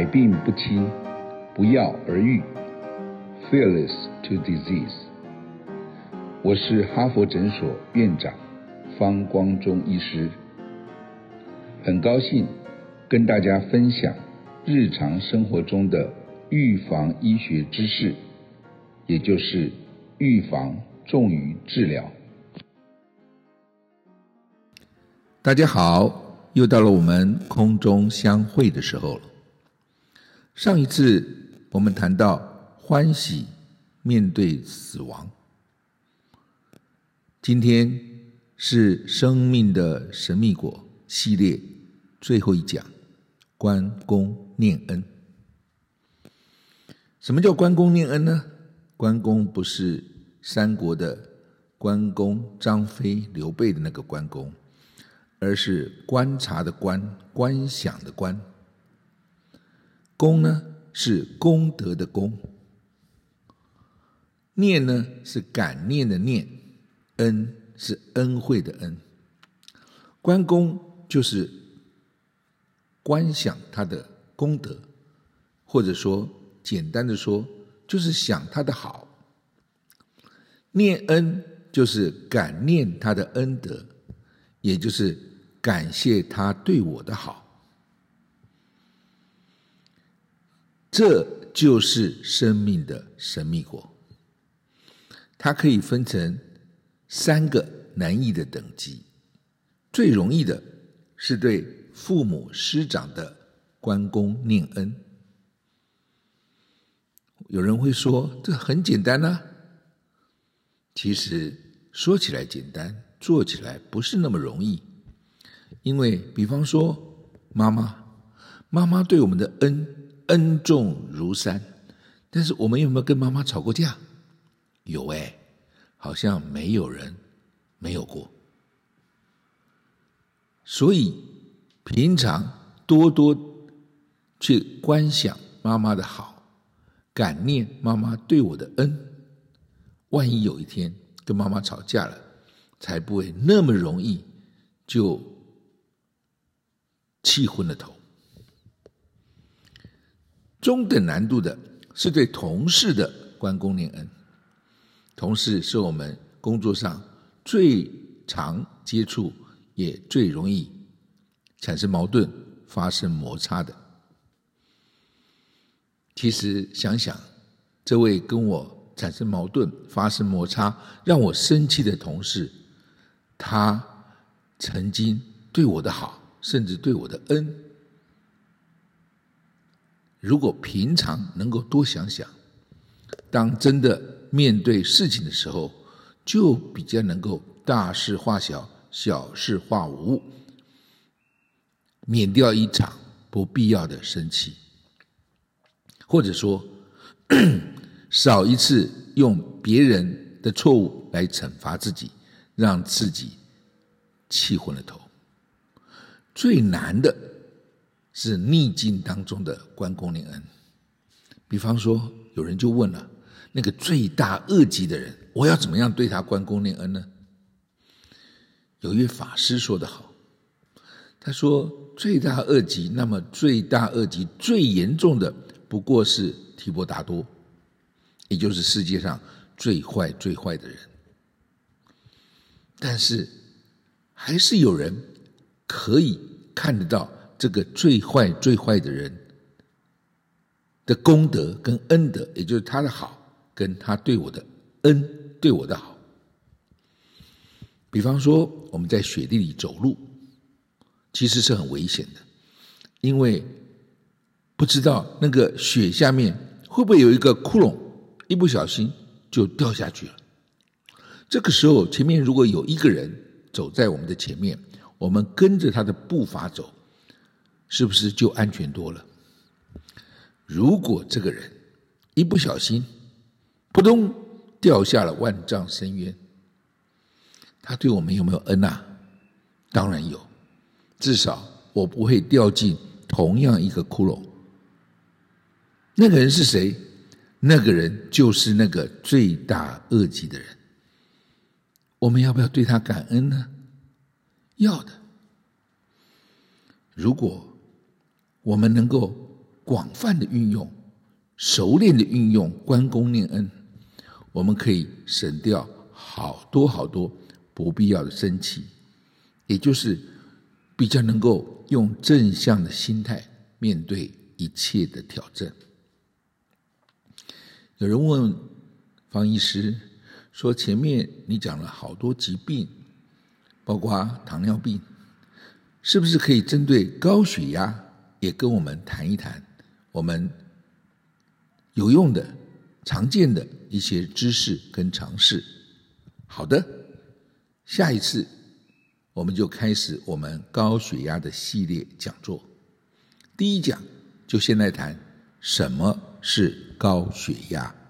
百病不侵，不药而愈 Fearless to Disease。 我是哈佛诊所院长方光宗医师，很高兴跟大家分享日常生活中的预防医学知识，也就是预防重于治疗。大家好，又到了我们空中相会的时候了。上一次我们谈到欢喜面对死亡，今天是生命的神秘果系列最后一讲，关公念恩。什么叫关公念恩呢？关公不是三国的关公、张飞、刘备的那个关公，而是观察的观，观想的观。公呢是功德的功，念呢是感念的念，恩是恩惠的恩。关公就是观想他的功德，或者说简单的说就是想他的好。念恩就是感念他的恩德，也就是感谢他对我的好。这就是生命的神秘果，它可以分成3个难易的等级。最容易的是对父母师长的关公念恩。有人会说这很简单啊，其实说起来简单，做起来不是那么容易。因为比方说妈妈对我们的恩重如山，但是我们有没有跟妈妈吵过架？有好像没有人没有过。所以平常多多去观想妈妈的好，感念妈妈对我的恩，万一有一天跟妈妈吵架了，才不会那么容易就气昏了头。中等难度的是对同事的关公念恩。同事是我们工作上最常接触，也最容易产生矛盾、发生摩擦的。其实想想，这位跟我产生矛盾、发生摩擦、让我生气的同事，他曾经对我的好，甚至对我的恩，如果平常能够多想想，当真的面对事情的时候，就比较能够大事化小，小事化无，免掉一场不必要的生气，或者说少一次用别人的错误来惩罚自己，让自己气昏了头。最难的是逆境当中的关公念恩。比方说有人就问了，那个罪大恶极的人，我要怎么样对他关公念恩呢？有一位法师说得好，他说罪大恶极，那么罪大恶极最严重的不过是提婆达多，也就是世界上最坏的人。但是还是有人可以看得到这个最坏的人的功德跟恩德，也就是他的好跟他对我的恩，对我的好。比方说我们在雪地里走路，其实是很危险的，因为不知道那个雪下面会不会有一个窟窿，一不小心就掉下去了。这个时候前面如果有一个人走在我们的前面，我们跟着他的步伐走，是不是就安全多了？如果这个人一不小心扑通掉下了万丈深渊，他对我们有没有恩啊？当然有，至少我不会掉进同样一个窟窿。那个人是谁？那个人就是那个罪大恶极的人。我们要不要对他感恩呢？要的。如果我们能够广泛的运用、熟练的运用关公念恩，我们可以省掉好多不必要的生气，也就是比较能够用正向的心态面对一切的挑战。有人问方医师说，前面你讲了好多疾病，包括糖尿病，是不是可以针对高血压也跟我们谈一谈我们有用的常见的一些知识跟常识？好的，下一次我们就开始我们高血压的系列讲座。第一讲就先来谈什么是高血压。